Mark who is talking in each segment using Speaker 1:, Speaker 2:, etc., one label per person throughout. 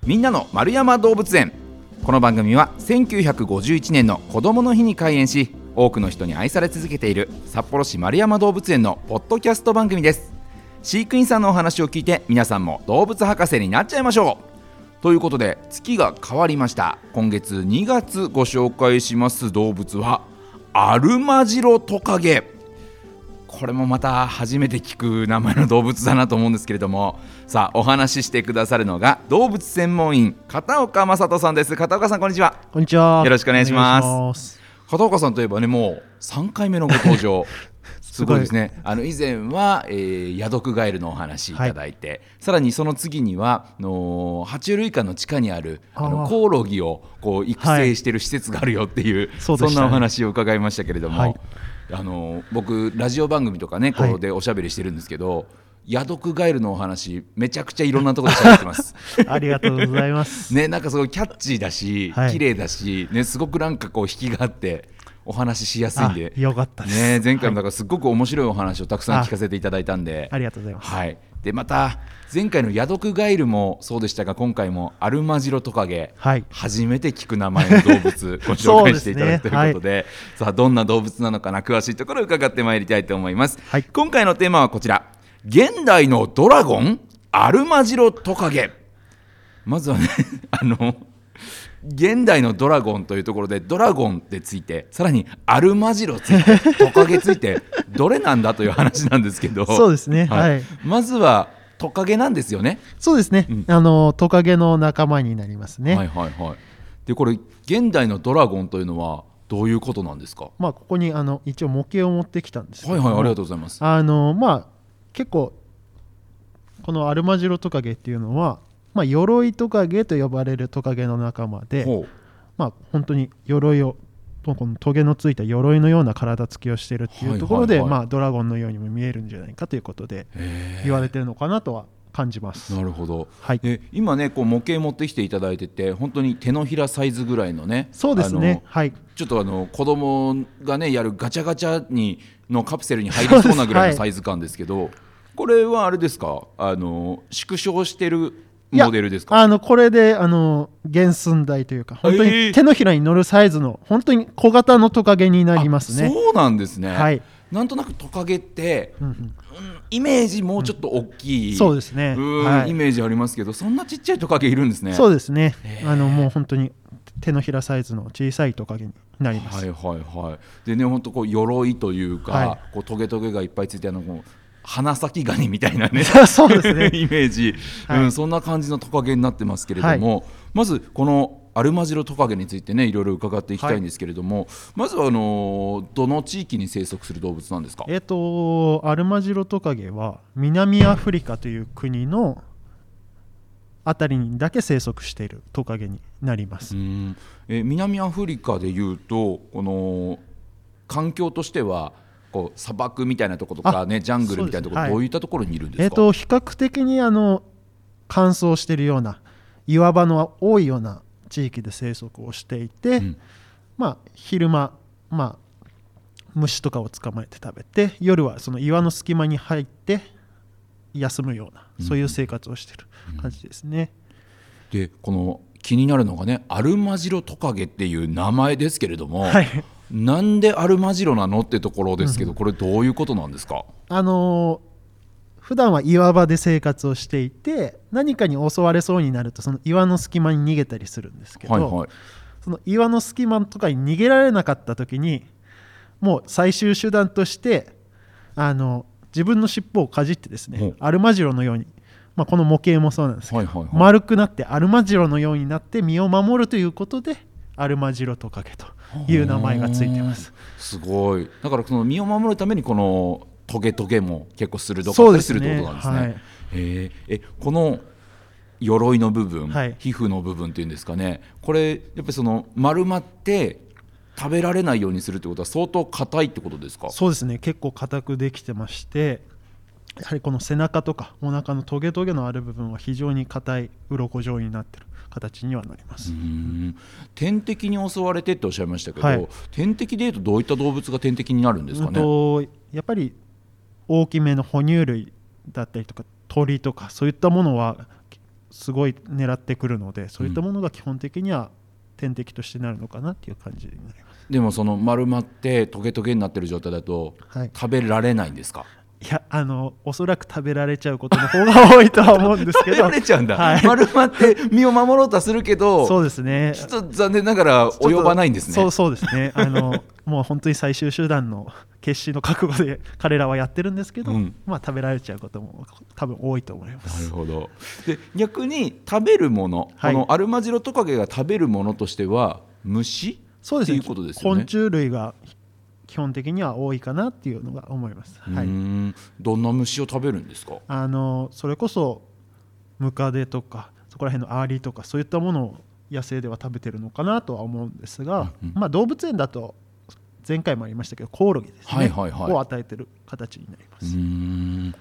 Speaker 1: みんなの丸山動物園。この番組は1951年の子どもの日に開園し、多くの人に愛され続けている札幌市丸山動物園のポッドキャスト番組です。飼育員さんのお話を聞いて、皆さんも動物博士になっちゃいましょうということで、月が変わりました。今月2月ご紹介します動物はアルマジロトカゲ。これもまた初めて聞く名前の動物だなと思うんですけれども、さあお話ししてくださるのが動物専門員片岡正人さんです。片岡さん、こんにちは。
Speaker 2: こんにちは。
Speaker 1: よろしくお願いします。片岡さんといえばね、もう3回目のご登場すごいですね。以前は、ヤドクガエルのお話いただいて、さらにその次には爬虫類館の地下にあるコオロギをこう育成している施設があるよっていう、そんなお話を伺いましたけれども、僕ラジオ番組とかね、こうでおしゃべりしてるんですけど、ヤドクガエルのお話めちゃくちゃいろんなところで喋ってます
Speaker 2: ありがとうございます
Speaker 1: ね。なんかすごいキャッチーだし、綺麗だし、ね、すごくなんかこう引きがあってお話ししやすいんで
Speaker 2: よかったです、
Speaker 1: ね、前回もだからすごく面白いお話をたくさん聞かせていただいたんで、
Speaker 2: ありがとうございます、
Speaker 1: でまた前回のヤドクガエルもそうでしたが、今回もアルマジロトカゲ、初めて聞く名前の動物ご紹介していただくということで、さあどんな動物なのかな、詳しいところを伺ってまいりたいと思います、今回のテーマはこちら、現代のドラゴンアルマジロトカゲ。まずはね現代のドラゴンというところで、ドラゴンってついて、さらにアルマジロついて、トカゲついて、どれなんだという話なんですけど
Speaker 2: そうですね、
Speaker 1: まずはトカゲなんですよね。
Speaker 2: そうですね、トカゲの仲間になりますね。
Speaker 1: でこれ現代のドラゴンというのはどういうことなんですか。
Speaker 2: ここに一応模型を持ってきたんですけど、
Speaker 1: ありがとうございます。
Speaker 2: 結構このアルマジロトカゲっていうのは、鎧トカゲと呼ばれるトカゲの仲間で、本当に鎧を、このトゲのついた鎧のような体つきをしているっていうところで、ドラゴンのようにも見えるんじゃないかということで言われてるのかなとは感じます。
Speaker 1: なるほど、今ねこう模型持ってきていただいてて、本当に手のひらサイズぐらいのね、
Speaker 2: そうですね、
Speaker 1: ちょっと子供がねやるガチャガチャのカプセルに入りそうなぐらいのサイズ感ですけど、これはあれですか、縮小してるモデルですか。
Speaker 2: これで原寸大というか、本当に手のひらに乗るサイズの本当に小型のトカゲになりますね。
Speaker 1: そうなんですね、なんとなくトカゲって、イメージもうちょっと大きい、
Speaker 2: そうですね、
Speaker 1: イメージありますけど、そんなちっちゃいトカゲいるんですね。
Speaker 2: そうですね、もう本当に手のひらサイズの小さいトカゲになります。
Speaker 1: でね、本当こう鎧というか、こうトゲトゲがいっぱいついて花咲ガニみたいなね
Speaker 2: そうですね
Speaker 1: イメージ、そんな感じのトカゲになってますけれども、まずこのアルマジロトカゲについてね、いろいろ伺っていきたいんですけれども、まずはどの地域に生息する動物なんですか。
Speaker 2: アルマジロトカゲは南アフリカという国のあたりにだけ生息しているトカゲになります。
Speaker 1: 南アフリカでいうと、この環境としてはこう砂漠みたいなところとかね、ジャングルみたいなところ、どういったところにいるんですか。
Speaker 2: 比較的に乾燥しているような岩場の多いような地域で生息をしていて、昼間、虫とかを捕まえて食べて、夜はその岩の隙間に入って休むような、そういう生活をしている感じですね。
Speaker 1: でこの気になるのがね、アルマジロトカゲっていう名前ですけれども、なんでアルマジロなのってところですけど、これどういうことなんですか。
Speaker 2: 普段は岩場で生活をしていて、何かに襲われそうになるとその岩の隙間に逃げたりするんですけど、その岩の隙間とかに逃げられなかった時に、もう最終手段として自分の尻尾をかじってですね、アルマジロのように、この模型もそうなんですけど、丸くなってアルマジロのようになって身を守るということでアルマジロトカゲという名前がついてます。
Speaker 1: すごい。だからその身を守るためにこのトゲトゲも結構鋭かったりするってことなんですね。この鎧の部分、皮膚の部分っていうんですかね、これやっぱりその丸まって食べられないようにするってことは相当硬いってことですか。
Speaker 2: そうですね、結構硬くできてまして、やはりこの背中とかお腹のトゲトゲのある部分は非常に硬い鱗状になっている形にはなります。
Speaker 1: 天敵に襲われてっておっしゃいましたけど、天敵でいうとどういった動物が天敵になるんですかね。
Speaker 2: やっぱり大きめの哺乳類だったりとか鳥とか、そういったものはすごい狙ってくるので、そういったものが基本的には天敵としてなるのかなっていう感じになります。
Speaker 1: でもその丸まってトゲトゲになってる状態だと食べられないんですか？
Speaker 2: いや、おそらく食べられちゃうことの方が多いとは思うんですけど
Speaker 1: 食べられちゃうんだ、
Speaker 2: はい、
Speaker 1: 丸まって身を守ろうとはするけど
Speaker 2: そうですね、
Speaker 1: ちょっと残念ながら及ばないんですね。
Speaker 2: そうですねもう本当に最終手段の決死の覚悟で彼らはやってるんですけど、まあ、食べられちゃうことも多分多いと思います。
Speaker 1: なるほど。で逆に食べるもの、このアルマジロトカゲが食べるものとしては虫っていうことですよね。
Speaker 2: 昆虫類が基本的には多いかなっていうのが思います。はい、
Speaker 1: どんな虫を食べるんですか？
Speaker 2: それこそムカデとかそこら辺のアリとかそういったものを野生では食べてるのかなとは思うんですが、まあ、動物園だと前回もありましたけどコオロギですね、を与えてる形になります。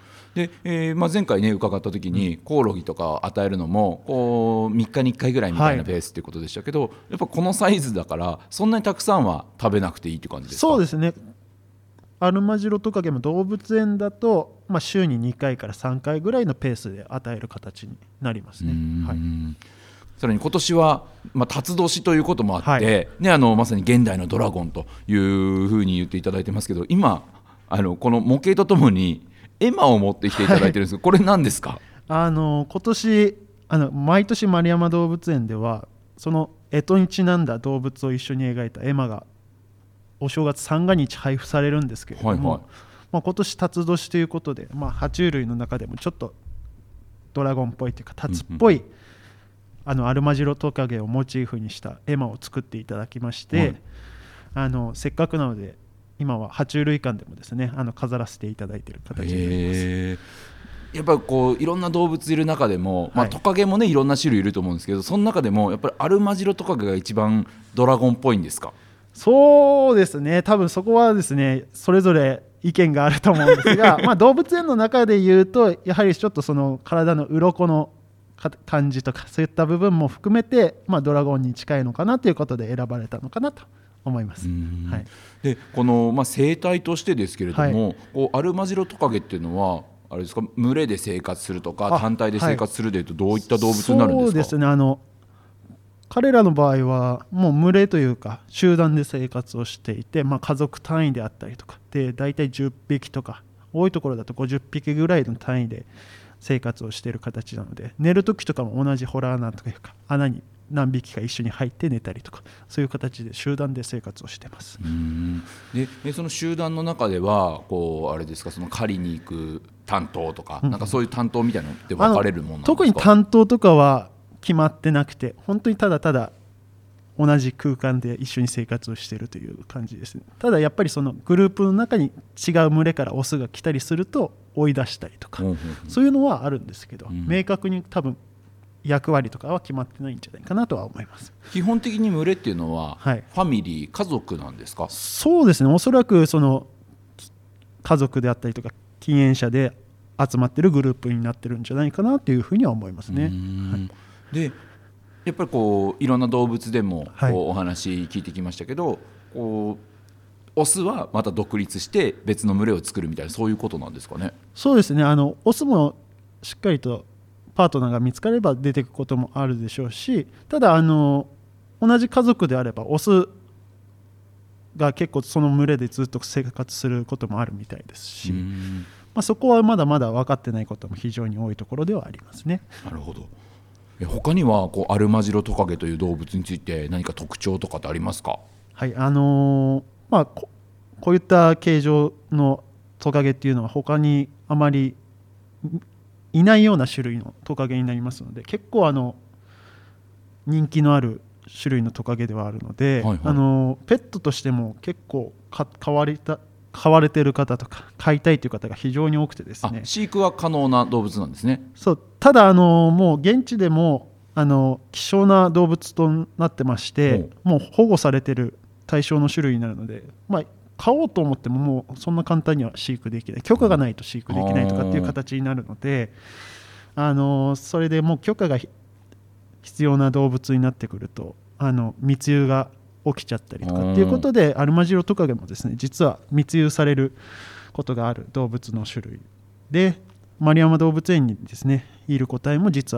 Speaker 1: で前回ね伺った時に、コオロギとか与えるのもこう3日に1回ぐらいみたいなペースっていうことでしたけど、やっぱこのサイズだからそんなにたくさんは食べなくていいって感じですか？
Speaker 2: そうですね、アルマジロトカゲも動物園だと、まあ、週に2回から3回ぐらいのペースで与える形になりますね。
Speaker 1: さらに今年は、辰年ということもあって、まさに現代のドラゴンというふうに言っていただいてますけど、今この模型とともに絵馬を持ってきていただいてるんですけど、これ何ですか？
Speaker 2: 今年毎年丸山動物園ではその干支にちなんだ動物を一緒に描いた絵馬がお正月三が日配布されるんですけれども、今年辰年ということで、爬虫類の中でもちょっとドラゴンっぽいというかタツっぽい、アルマジロトカゲをモチーフにした絵馬を作っていただきまして、せっかくなので今は爬虫類館でもですね飾らせていただいている形になります。
Speaker 1: やっぱりこういろんな動物いる中でも、トカゲもねいろんな種類いると思うんですけど、その中でもやっぱりアルマジロトカゲが一番ドラゴンっぽいんですか？
Speaker 2: そうですね、多分そこはですねそれぞれ意見があると思うんですが動物園の中で言うとやはりちょっとその体の鱗の感じとかそういった部分も含めて、ドラゴンに近いのかなということで選ばれたのかなと思います。
Speaker 1: でこの、生態としてですけれども、こうアルマジロトカゲっていうのはあれですか、群れで生活するとか単体で生活するでいうとどういった動物になるんですか？
Speaker 2: そうですね、彼らの場合はもう群れというか集団で生活をしていて、家族単位であったりとかで大体10匹とか多いところだと50匹ぐらいの単位で生活をしている形なので、寝る時とかも同じホラー穴というか穴に何匹か一緒に入って寝たりとかそういう形で集団で生活をしています。
Speaker 1: でその集団の中ではこうあれですか、その狩りに行く担当とか、なんかそういう担当みたいなのって分かれるものなんですか？
Speaker 2: 特に担当とかは決まってなくて、本当にただただ同じ空間で一緒に生活をしているという感じですね。ただやっぱりそのグループの中に違う群れからオスが来たりすると追い出したりとか、そういうのはあるんですけど、明確に多分役割とかは決まってないんじゃないかなとは思います。
Speaker 1: 基本的に群れっていうのは、ファミリー家族なんですか？
Speaker 2: そうですね、おそらくその家族であったりとか禁煙者で集まってるグループになってるんじゃないかなというふうには思いますね。
Speaker 1: でやっぱりこういろんな動物でもこうお話聞いてきましたけど、こうオスはまた独立して別の群れを作るみたいな、そういうことなんですかね？
Speaker 2: そうですね、オスもしっかりとパートナーが見つかれば出ていくこともあるでしょうし、ただ同じ家族であればオスが結構その群れでずっと生活することもあるみたいですし、そこはまだまだ分かってないことも非常に多いところではありますね。
Speaker 1: なるほど。他にはこうアルマジロトカゲという動物について何か特徴とかってありますか？
Speaker 2: はい、こういった形状のトカゲっていうのは他にあまりいないような種類のトカゲになりますので、結構人気のある種類のトカゲではあるので、ペットとしても結構飼われている方とか飼いたいという方が非常に多くてですね。
Speaker 1: 飼育は可能な動物なんですね。
Speaker 2: そう、ただもう現地でも希少な動物となってまして、もう保護されている対象の種類になるので、飼おうと思ってももうそんな簡単には飼育できない、許可がないと飼育できないとかっていう形になるので、それでもう許可が必要な動物になってくると密輸が起きちゃったりとかっていうことで、アルマジロトカゲもですね実は密輸されることがある動物の種類で、丸山動物園にですねいる個体も実は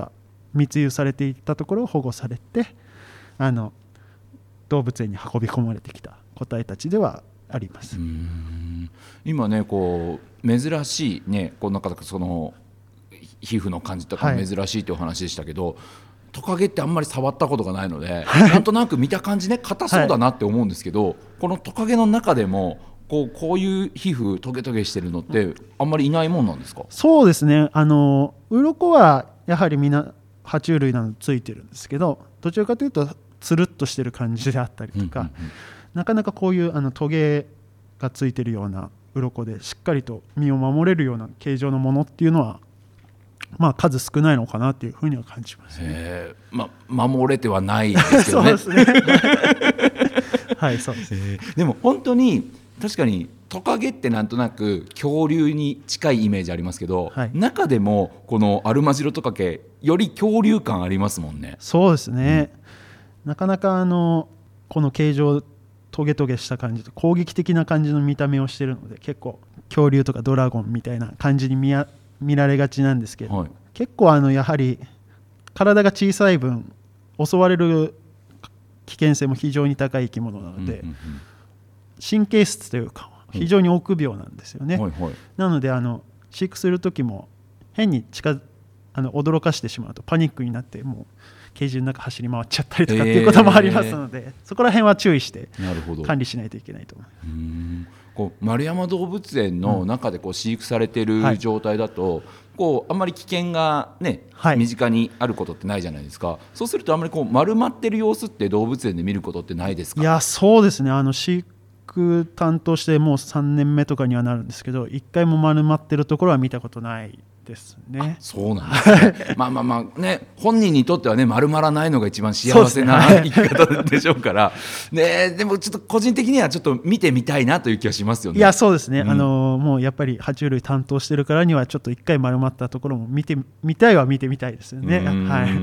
Speaker 2: 密輸されていったところを保護されて動物園に運び込まれてきた個体たちではあります。
Speaker 1: 今ねこう珍しいねこうなんかその皮膚の感じとかも珍しいというお話でしたけど、トカゲってあんまり触ったことがないので、なんとなく見た感じね硬そうだなって思うんですけど、このトカゲの中でもこういう皮膚トゲトゲしてるのってあんまりいないもんなんですか？
Speaker 2: そうですね、鱗はやはりみんな爬虫類なのついてるんですけど、どちらかというとつるっとしてる感じであったりとか、なかなかこういうトゲがついてるような鱗でしっかりと身を守れるような形状のものっていうのは数少ないのかなっていうふうには感じますね。
Speaker 1: 守れてはないですけどね。
Speaker 2: そうですねはい、そうです。
Speaker 1: でも本当に確かにトカゲってなんとなく恐竜に近いイメージありますけど、中でもこのアルマジロトカゲより恐竜感ありますもんね。
Speaker 2: そうですね、なかなかこの形状トゲトゲした感じと攻撃的な感じの見た目をしているので、結構恐竜とかドラゴンみたいな感じに見られがちなんですけど、結構やはり体が小さい分襲われる危険性も非常に高い生き物なので、神経質というか非常に臆病なんですよね。なので飼育する時も変に驚かしてしまうとパニックになってもうケージの中走り回っちゃったりとかっていうこともありますので、そこら辺は注意して管理しないといけないと思います。
Speaker 1: 丸山動物園の中で飼育されている状態だと、あんまり危険が、身近にあることってないじゃないですか。そうするとあんまり丸まってる様子って動物園で見ることってないですか？
Speaker 2: いや、そうですね、飼育担当してもう3年目とかにはなるんですけど、1回も丸まってるところは見たことないですね。
Speaker 1: そうなんですねね、本人にとってはね丸まらないのが一番幸せな生き方でしょうからね。でもちょっと個人的にはちょっと見てみたいなという気がしますよね。
Speaker 2: いや、そうですね、もうやっぱり爬虫類担当してるからにはちょっと1回丸まったところも見てみたいは見てみたいですよね。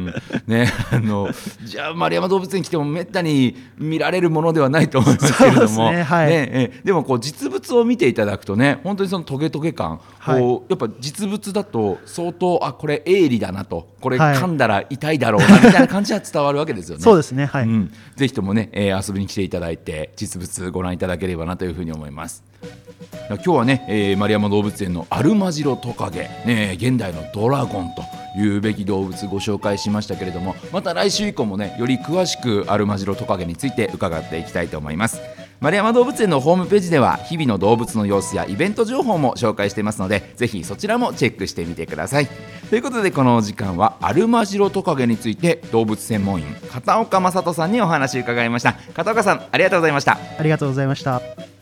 Speaker 1: じゃあ丸山動物園に来てもめったに見られるものではないと思いますけれども、でも実物を見ていただくとね、本当にそのトゲトゲ感、やっぱ実物だと相当これ鋭利だなと、これ噛んだら痛いだろうなみたいな感じは伝わるわけですよね。
Speaker 2: そうですね、
Speaker 1: ぜひともね、遊びに来ていただいて実物ご覧いただければなというふうに思います。今日はね、丸山動物園のアルマジロトカゲ、現代のドラゴンというべき動物ご紹介しましたけれども、また来週以降もねより詳しくアルマジロトカゲについて伺っていきたいと思います。丸山動物園のホームページでは日々の動物の様子やイベント情報も紹介していますので、ぜひそちらもチェックしてみてください。ということでこのお時間はアルマジロトカゲについて動物専門員片岡正人さんにお話を伺いました。片岡さん、ありがとうございました。
Speaker 2: ありがとうございました。